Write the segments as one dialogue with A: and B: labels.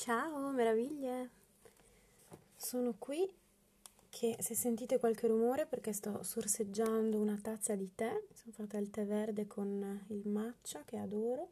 A: Ciao, meraviglie! Sono qui che se sentite qualche rumore perché sto sorseggiando una tazza di tè, mi sono fatta il tè verde con il matcha che adoro,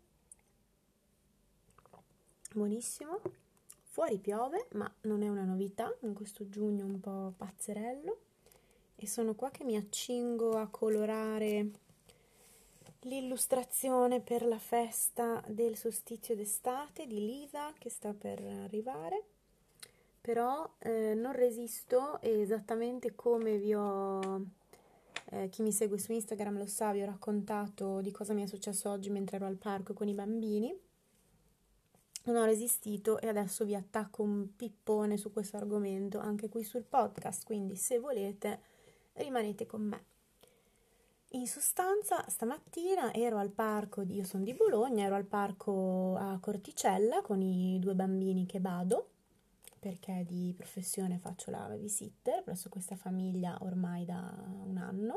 A: buonissimo. Fuori piove, ma non è una novità in questo giugno un po' pazzerello e sono qua che mi accingo a colorare l'illustrazione per la festa del solstizio d'estate di Lisa che sta per arrivare. Però non resisto e esattamente come chi mi segue su Instagram lo sa, vi ho raccontato di cosa mi è successo oggi mentre ero al parco con i bambini. Non ho resistito e adesso vi attacco un pippone su questo argomento anche qui sul podcast, quindi se volete rimanete con me. In sostanza, stamattina ero al parco, io sono di Bologna, ero al parco a Corticella con i due bambini che bado, perché di professione faccio la babysitter presso questa famiglia ormai da un anno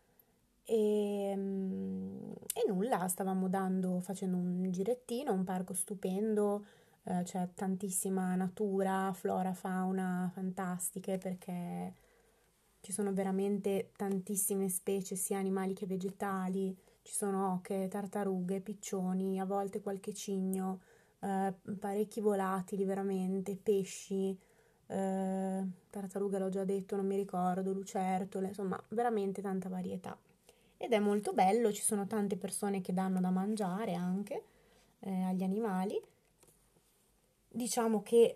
A: e nulla, stavamo facendo un girettino, un parco stupendo, c'è tantissima natura, flora, fauna fantastiche perché ci sono veramente tantissime specie sia animali che vegetali, ci sono oche, tartarughe, piccioni, a volte qualche cigno, parecchi volatili veramente, pesci, tartaruga l'ho già detto, non mi ricordo, lucertole, insomma veramente tanta varietà. Ed è molto bello, ci sono tante persone che danno da mangiare anche agli animali. Diciamo che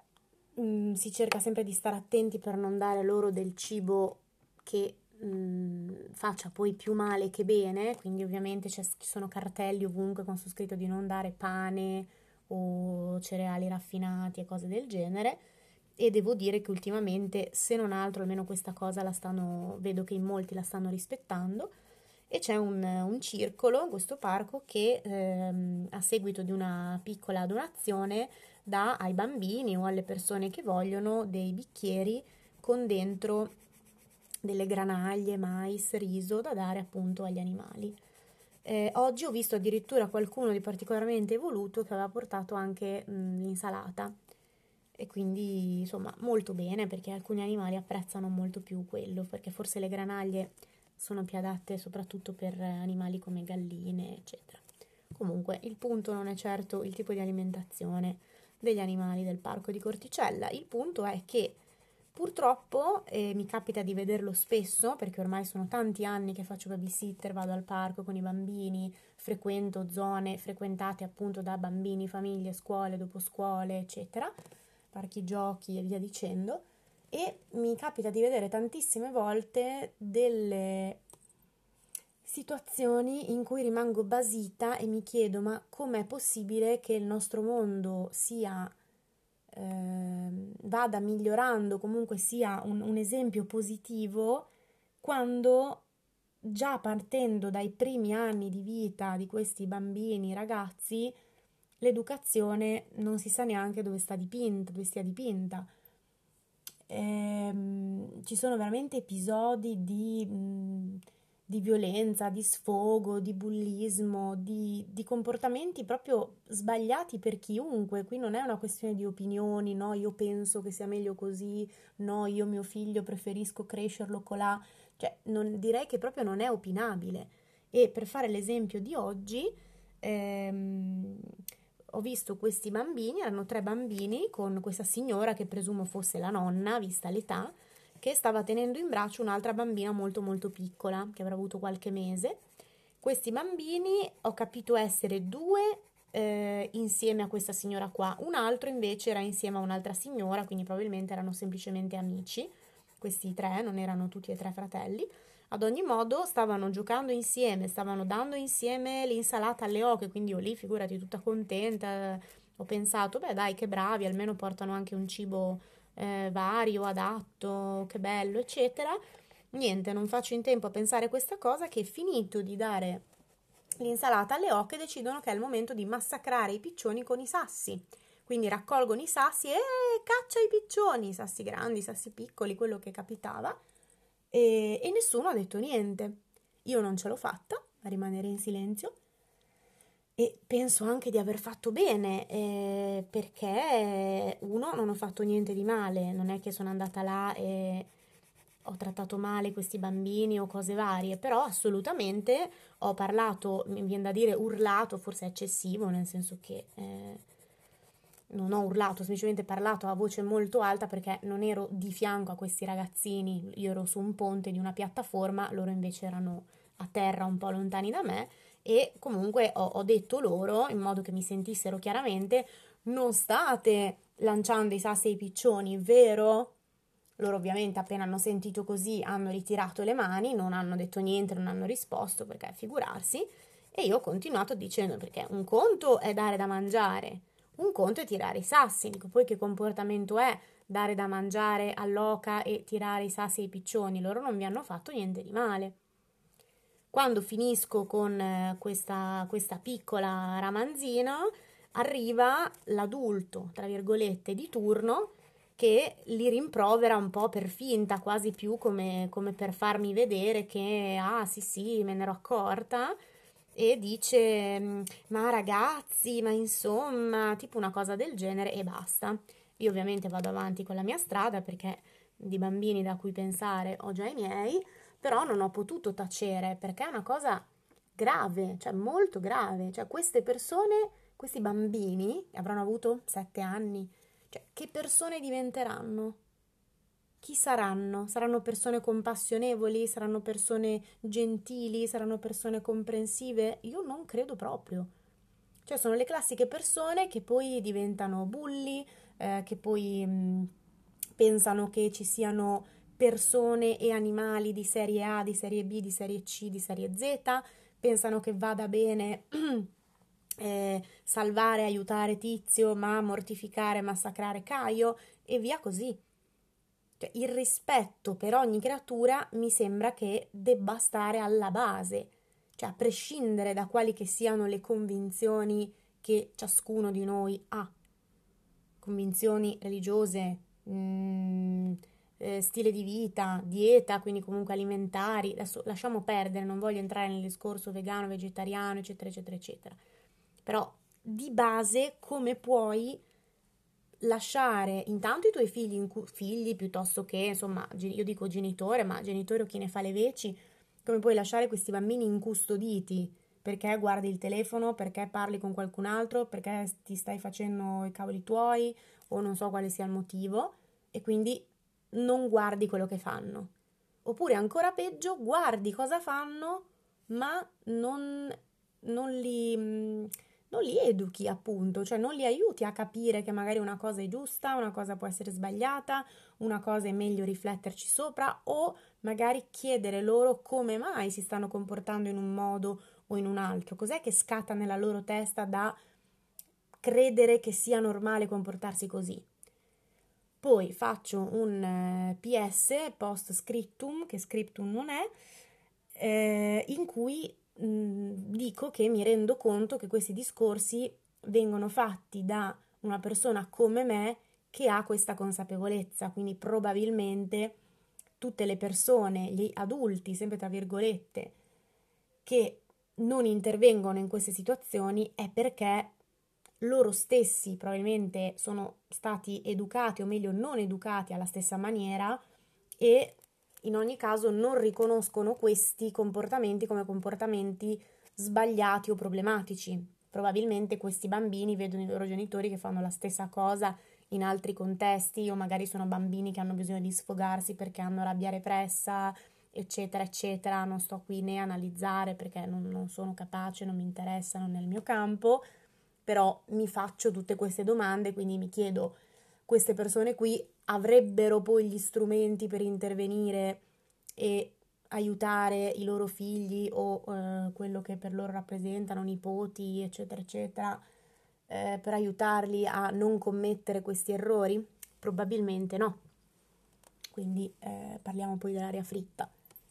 A: si cerca sempre di stare attenti per non dare loro del cibo che faccia poi più male che bene, quindi ovviamente ci sono cartelli ovunque con su scritto di non dare pane o cereali raffinati e cose del genere. E devo dire che ultimamente, se non altro, almeno questa cosa vedo che in molti la stanno rispettando. E c'è un circolo in questo parco che a seguito di una piccola donazione dà ai bambini o alle persone che vogliono dei bicchieri con dentro delle granaglie, mais, riso da dare appunto agli animali. Oggi ho visto addirittura qualcuno di particolarmente evoluto che aveva portato anche l'insalata e quindi insomma molto bene perché alcuni animali apprezzano molto più quello, perché forse le granaglie sono più adatte soprattutto per animali come galline, eccetera. Comunque il punto non è certo il tipo di alimentazione degli animali del parco di Corticella, il punto è che purtroppo mi capita di vederlo spesso perché ormai sono tanti anni che faccio babysitter, vado al parco con i bambini, frequento zone frequentate appunto da bambini, famiglie, scuole, dopo scuole, eccetera, parchi giochi e via dicendo, e mi capita di vedere tantissime volte delle situazioni in cui rimango basita e mi chiedo ma com'è possibile che il nostro mondo vada migliorando, comunque sia un esempio positivo, quando già partendo dai primi anni di vita di questi bambini, ragazzi, l'educazione non si sa neanche dove stia dipinta. Ci sono veramente episodi di violenza, di sfogo, di bullismo, di comportamenti proprio sbagliati per chiunque. Qui non è una questione di opinioni, no, io penso che sia meglio così, no, io mio figlio preferisco crescerlo colà, cioè direi che proprio non è opinabile. E per fare l'esempio di oggi, ehm, ho visto questi bambini, erano tre bambini con questa signora che presumo fosse la nonna, vista l'età, che stava tenendo in braccio un'altra bambina molto molto piccola, che avrà avuto qualche mese. Questi bambini ho capito essere due insieme a questa signora qua, un altro invece era insieme a un'altra signora, quindi probabilmente erano semplicemente amici, questi tre, non erano tutti e tre fratelli. Ad ogni modo stavano giocando insieme, stavano dando insieme l'insalata alle oche, quindi io lì, figurati, tutta contenta, ho pensato, beh dai, che bravi, almeno portano anche un cibo vario, adatto, che bello, eccetera. Niente, non faccio in tempo a pensare questa cosa che finito di dare l'insalata alle oche decidono che è il momento di massacrare i piccioni con i sassi. Quindi raccolgono i sassi e caccia i piccioni, sassi grandi, sassi piccoli, quello che capitava e nessuno ha detto niente. Io non ce l'ho fatta a rimanere in silenzio E penso anche di aver fatto bene, perché uno, non ho fatto niente di male, non è che sono andata là e ho trattato male questi bambini o cose varie, però assolutamente ho parlato, mi viene da dire urlato, forse è eccessivo, nel senso che non ho urlato, ho semplicemente parlato a voce molto alta perché non ero di fianco a questi ragazzini, io ero su un ponte di una piattaforma, loro invece erano a terra un po' lontani da me e comunque ho detto loro in modo che mi sentissero chiaramente: non state lanciando i sassi ai piccioni, vero? Loro ovviamente appena hanno sentito così hanno ritirato le mani, non hanno detto niente, non hanno risposto perché figurarsi. E io ho continuato dicendo perché un conto è dare da mangiare, un conto è tirare i sassi. Dico, poi che comportamento è dare da mangiare all'oca e tirare i sassi ai piccioni? Loro non vi hanno fatto niente di male. Quando finisco con questa piccola ramanzina, arriva l'adulto, tra virgolette, di turno che li rimprovera un po' per finta, quasi più come per farmi vedere che, ah sì sì, me ne ero accorta, e dice, ma ragazzi, ma insomma, tipo una cosa del genere e basta. Io ovviamente vado avanti con la mia strada perché di bambini da cui pensare ho già i miei, però non ho potuto tacere perché è una cosa grave, cioè molto grave. Cioè queste persone, questi bambini, che avranno avuto 7 anni, cioè che persone diventeranno? Chi saranno? Saranno persone compassionevoli? Saranno persone gentili? Saranno persone comprensive? Io non credo proprio. Cioè sono le classiche persone che poi diventano bulli, che poi pensano che ci siano persone e animali di serie A, di serie B, di serie C, di serie Z, pensano che vada bene salvare, aiutare Tizio, ma mortificare, massacrare Caio e via così. Cioè, il rispetto per ogni creatura mi sembra che debba stare alla base, cioè a prescindere da quali che siano le convinzioni che ciascuno di noi ha, convinzioni religiose, stile di vita, dieta, quindi comunque alimentari. Adesso lasciamo perdere, non voglio entrare nel discorso vegano, vegetariano, eccetera, eccetera, eccetera. Però di base come puoi lasciare intanto i tuoi figli, figli piuttosto che, insomma, io dico genitore, ma genitore o chi ne fa le veci, come puoi lasciare questi bambini incustoditi? Perché guardi il telefono, perché parli con qualcun altro, perché ti stai facendo i cavoli tuoi o non so quale sia il motivo e quindi non guardi quello che fanno. Oppure ancora peggio, guardi cosa fanno, ma non li, non li educhi, appunto, cioè non li aiuti a capire che magari una cosa è giusta, una cosa può essere sbagliata, una cosa è meglio rifletterci sopra o magari chiedere loro come mai si stanno comportando in un modo o in un altro, cos'è che scatta nella loro testa da credere che sia normale comportarsi così. Poi faccio un PS, post scriptum, che scriptum non è, in cui dico che mi rendo conto che questi discorsi vengono fatti da una persona come me che ha questa consapevolezza, quindi probabilmente tutte le persone, gli adulti, sempre tra virgolette, che non intervengono in queste situazioni è perché loro stessi probabilmente sono stati educati o meglio non educati alla stessa maniera e in ogni caso non riconoscono questi comportamenti come comportamenti sbagliati o problematici. Probabilmente questi bambini vedono i loro genitori che fanno la stessa cosa in altri contesti o magari sono bambini che hanno bisogno di sfogarsi perché hanno rabbia repressa, eccetera, eccetera. Non sto qui né a analizzare perché non sono capace, non mi interessa, non è il mio campo, però mi faccio tutte queste domande, quindi mi chiedo, queste persone qui avrebbero poi gli strumenti per intervenire e aiutare i loro figli o quello che per loro rappresentano, nipoti, eccetera, eccetera, per aiutarli a non commettere questi errori? Probabilmente no. Quindi parliamo poi dell'aria fritta.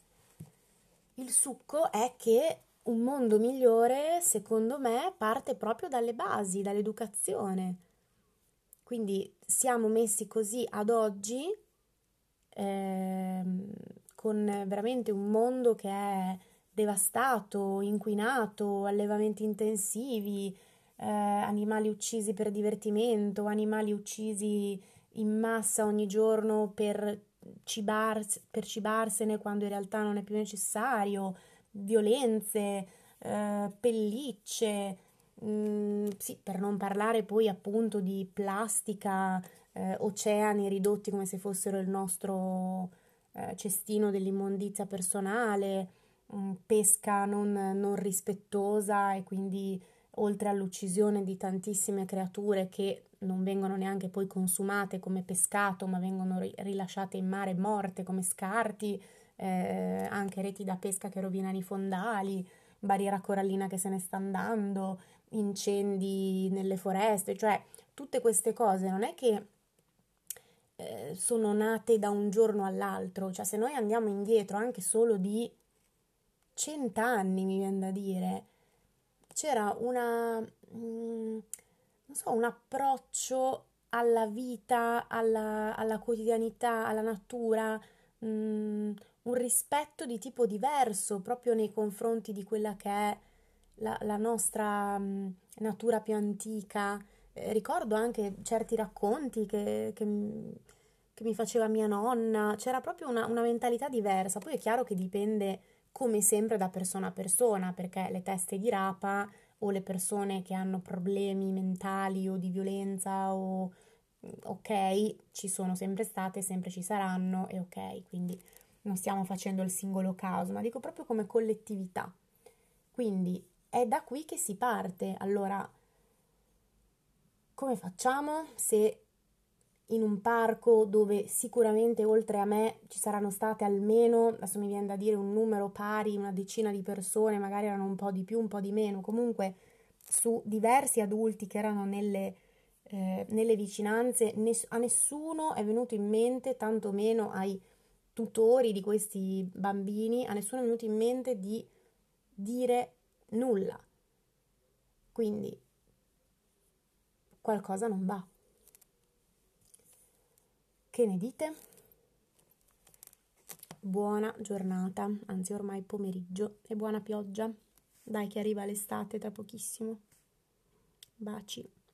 A: Il succo è che un mondo migliore, secondo me, parte proprio dalle basi, dall'educazione. Quindi siamo messi così ad oggi, ehm, con veramente un mondo che è devastato, inquinato, allevamenti intensivi, animali uccisi per divertimento, animali uccisi in massa ogni giorno per cibarsene quando in realtà non è più necessario, violenze, pellicce, sì, per non parlare poi appunto di plastica, oceani ridotti come se fossero il nostro cestino dell'immondizia personale, pesca non rispettosa e quindi oltre all'uccisione di tantissime creature che non vengono neanche poi consumate come pescato, ma vengono rilasciate in mare morte come scarti, anche reti da pesca che rovinano i fondali, barriera corallina che se ne sta andando, incendi nelle foreste, cioè tutte queste cose non è che sono nate da un giorno all'altro, cioè se noi andiamo indietro anche solo di 100 anni, mi viene da dire, c'era non so, un approccio alla vita, alla quotidianità, alla natura, un rispetto di tipo diverso proprio nei confronti di quella che è la nostra natura più antica. Ricordo anche certi racconti che mi faceva mia nonna, c'era proprio una mentalità diversa. Poi è chiaro che dipende come sempre da persona a persona, perché le teste di rapa o le persone che hanno problemi mentali o di violenza o ok, ci sono sempre state, sempre ci saranno e ok, quindi non stiamo facendo il singolo caso, ma dico proprio come collettività. Quindi è da qui che si parte. Allora, come facciamo se in un parco dove sicuramente oltre a me ci saranno state almeno, adesso mi viene da dire un numero pari, una decina di persone, magari erano un po' di più, un po' di meno, comunque su diversi adulti che erano nelle vicinanze, a nessuno è venuto in mente, tantomeno ai tutori di questi bambini, a nessuno è venuto in mente di dire nulla. Quindi qualcosa non va. Che ne dite? Buona giornata, anzi ormai pomeriggio e buona pioggia. Dai che arriva l'estate tra pochissimo. Baci.